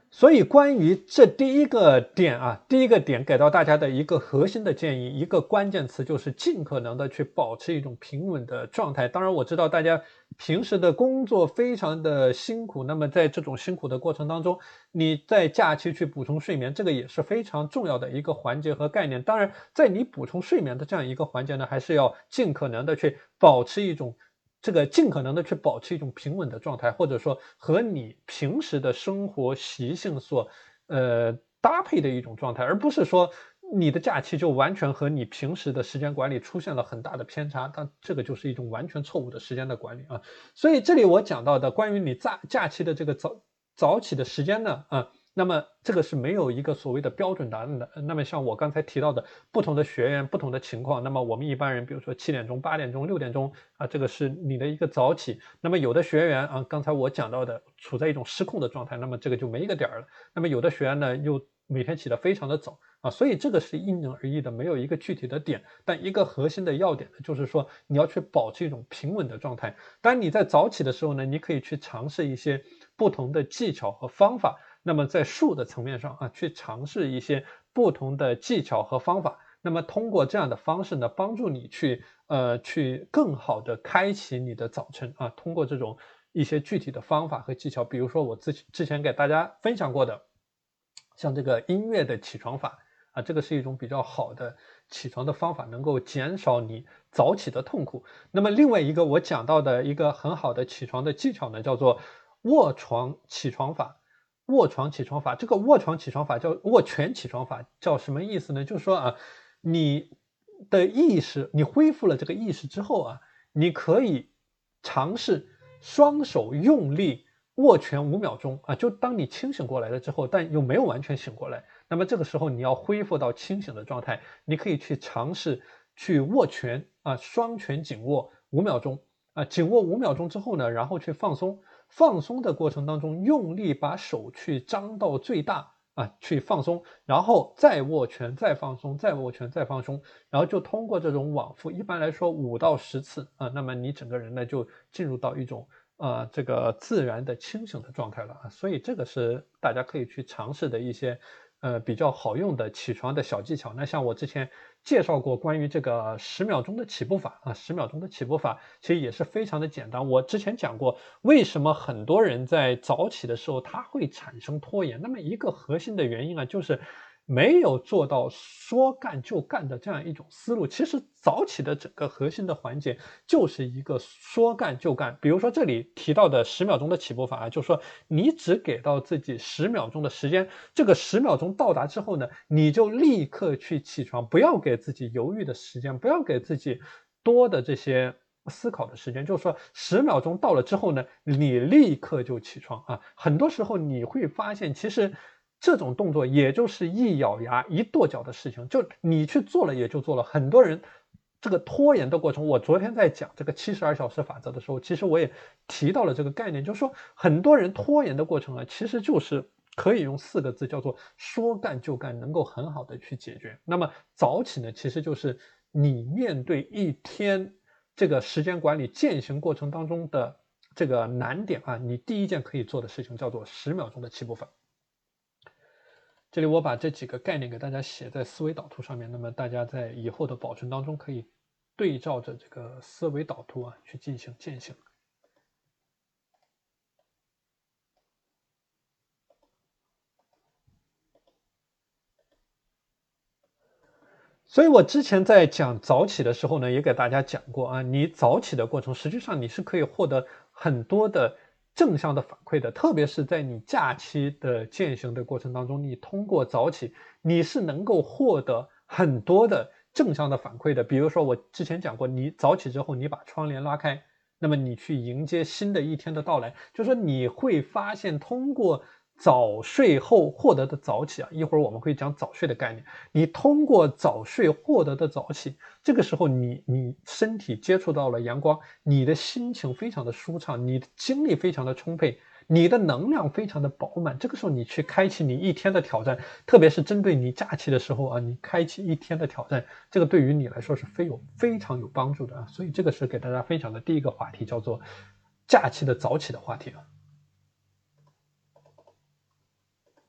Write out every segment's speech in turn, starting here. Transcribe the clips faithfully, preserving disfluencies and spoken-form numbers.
所以关于这第一个点啊，第一个点给到大家的一个核心的建议，一个关键词就是尽可能的去保持一种平稳的状态。当然我知道大家平时的工作非常的辛苦，那么在这种辛苦的过程当中，你在假期去补充睡眠，这个也是非常重要的一个环节和概念。当然在你补充睡眠的这样一个环节呢，还是要尽可能的去保持一种这个尽可能的去保持一种平稳的状态，或者说和你平时的生活习性所呃搭配的一种状态，而不是说你的假期就完全和你平时的时间管理出现了很大的偏差，但这个就是一种完全错误的时间的管理啊。所以这里我讲到的关于你假假期的这个早早起的时间呢，啊，那么这个是没有一个所谓的标准答案的。那么像我刚才提到的不同的学员、不同的情况，那么我们一般人，比如说七点钟、八点钟、六点钟啊，这个是你的一个早起。那么有的学员啊，刚才我讲到的处在一种失控的状态，那么这个就没一个点儿了。那么有的学员呢，又每天起得非常的早啊，所以这个是因人而异的，没有一个具体的点。但一个核心的要点呢，就是说你要去保持一种平稳的状态。当你在早起的时候呢，你可以去尝试一些不同的技巧和方法。那么在术的层面上啊，去尝试一些不同的技巧和方法。那么通过这样的方式呢，帮助你去呃去更好的开启你的早晨啊。通过这种一些具体的方法和技巧，比如说我之之前给大家分享过的，像这个音乐的起床法啊，这个是一种比较好的起床的方法，能够减少你早起的痛苦。那么另外一个我讲到的一个很好的起床的技巧呢，叫做卧床起床法。卧床起床法，这个卧床起床法叫卧拳起床法，叫什么意思呢？就是说啊，你的意识，你恢复了这个意识之后啊，你可以尝试双手用力握拳五秒钟啊，就当你清醒过来了之后，但又没有完全醒过来，那么这个时候你要恢复到清醒的状态，你可以去尝试去握拳啊，双拳紧握五秒钟啊，紧握五秒钟之后呢，然后去放松。放松的过程当中，用力把手去张到最大啊，去放松，然后再握拳，再放松，再握拳，再放松，然后就通过这种往复，一般来说五到十次啊，那么你整个人呢就进入到一种呃这个自然的清醒的状态了啊，所以这个是大家可以去尝试的一些呃比较好用的起床的小技巧。那像我之前介绍过关于这个十秒钟的起步法啊，十秒钟的起步法其实也是非常的简单。我之前讲过，为什么很多人在早起的时候他会产生拖延？那么一个核心的原因啊，就是没有做到说干就干的这样一种思路。其实早起的整个核心的环节就是一个说干就干。比如说这里提到的十秒钟的起步法啊，就是说你只给到自己十秒钟的时间，这个十秒钟到达之后呢，你就立刻去起床，不要给自己犹豫的时间，不要给自己多的这些思考的时间。就是说十秒钟到了之后呢，你立刻就起床啊。很多时候你会发现，其实这种动作也就是一咬牙一跺脚的事情，就你去做了也就做了。很多人这个拖延的过程，我昨天在讲这个七十二小时法则的时候，其实我也提到了这个概念，就是说很多人拖延的过程啊，其实就是可以用四个字叫做说干就干，能够很好的去解决。那么早起呢，其实就是你面对一天这个时间管理践行过程当中的这个难点啊，你第一件可以做的事情叫做十秒钟的起步法。这里我把这几个概念给大家写在思维导图上面，那么大家在以后的保存当中可以对照着这个思维导图啊去进行践行。所以我之前在讲早起的时候呢，也给大家讲过啊，你早起的过程，实际上你是可以获得很多的正向的反馈的，特别是在你假期的践行的过程当中，你通过早起，你是能够获得很多的正向的反馈的。比如说我之前讲过，你早起之后，你把窗帘拉开，那么你去迎接新的一天的到来，就是说你会发现通过早睡后获得的早起啊，一会儿我们会讲早睡的概念。你通过早睡获得的早起，这个时候你你身体接触到了阳光，你的心情非常的舒畅，你的精力非常的充沛，你的能量非常的饱满。这个时候你去开启你一天的挑战，特别是针对你假期的时候啊，你开启一天的挑战，这个对于你来说是非有非常有帮助的啊。所以这个是给大家分享的第一个话题，叫做假期的早起的话题啊。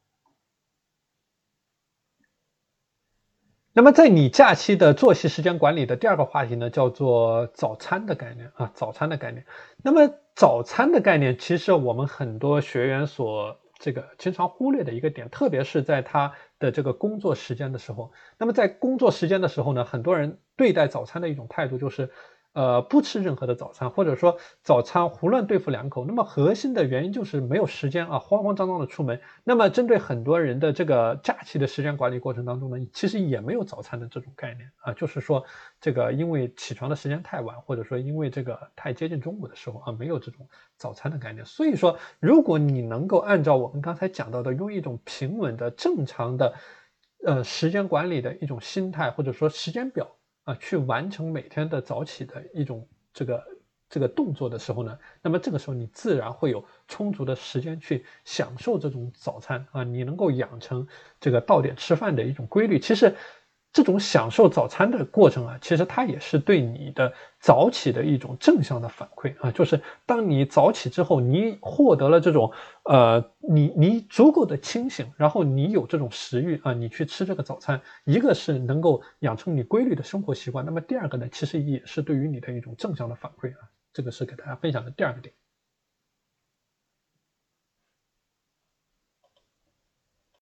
那么在你假期的作息时间管理的第二个话题呢，叫做早餐的概念啊，早餐的概念。那么早餐的概念，其实我们很多学员所这个经常忽略的一个点，特别是在他的这个工作时间的时候。那么在工作时间的时候呢，很多人对待早餐的一种态度就是，呃，不吃任何的早餐，或者说早餐胡乱对付两口。那么核心的原因就是没有时间啊，慌慌张张的出门。那么针对很多人的这个假期的时间管理过程当中呢，其实也没有早餐的这种概念啊，就是说这个因为起床的时间太晚，或者说因为这个太接近中午的时候啊，没有这种早餐的概念。所以说，如果你能够按照我们刚才讲到的，用一种平稳的、正常的，呃，时间管理的一种心态，或者说时间表啊，去完成每天的早起的一种这个这个动作的时候呢，那么这个时候你自然会有充足的时间去享受这种早餐啊，你能够养成这个到点吃饭的一种规律。其实这种享受早餐的过程啊，其实它也是对你的早起的一种正向的反馈啊，就是当你早起之后，你获得了这种呃，你你足够的清醒，然后你有这种食欲啊，你去吃这个早餐，一个是能够养成你规律的生活习惯，那么第二个呢，其实也是对于你的一种正向的反馈啊，这个是给大家分享的第二个点。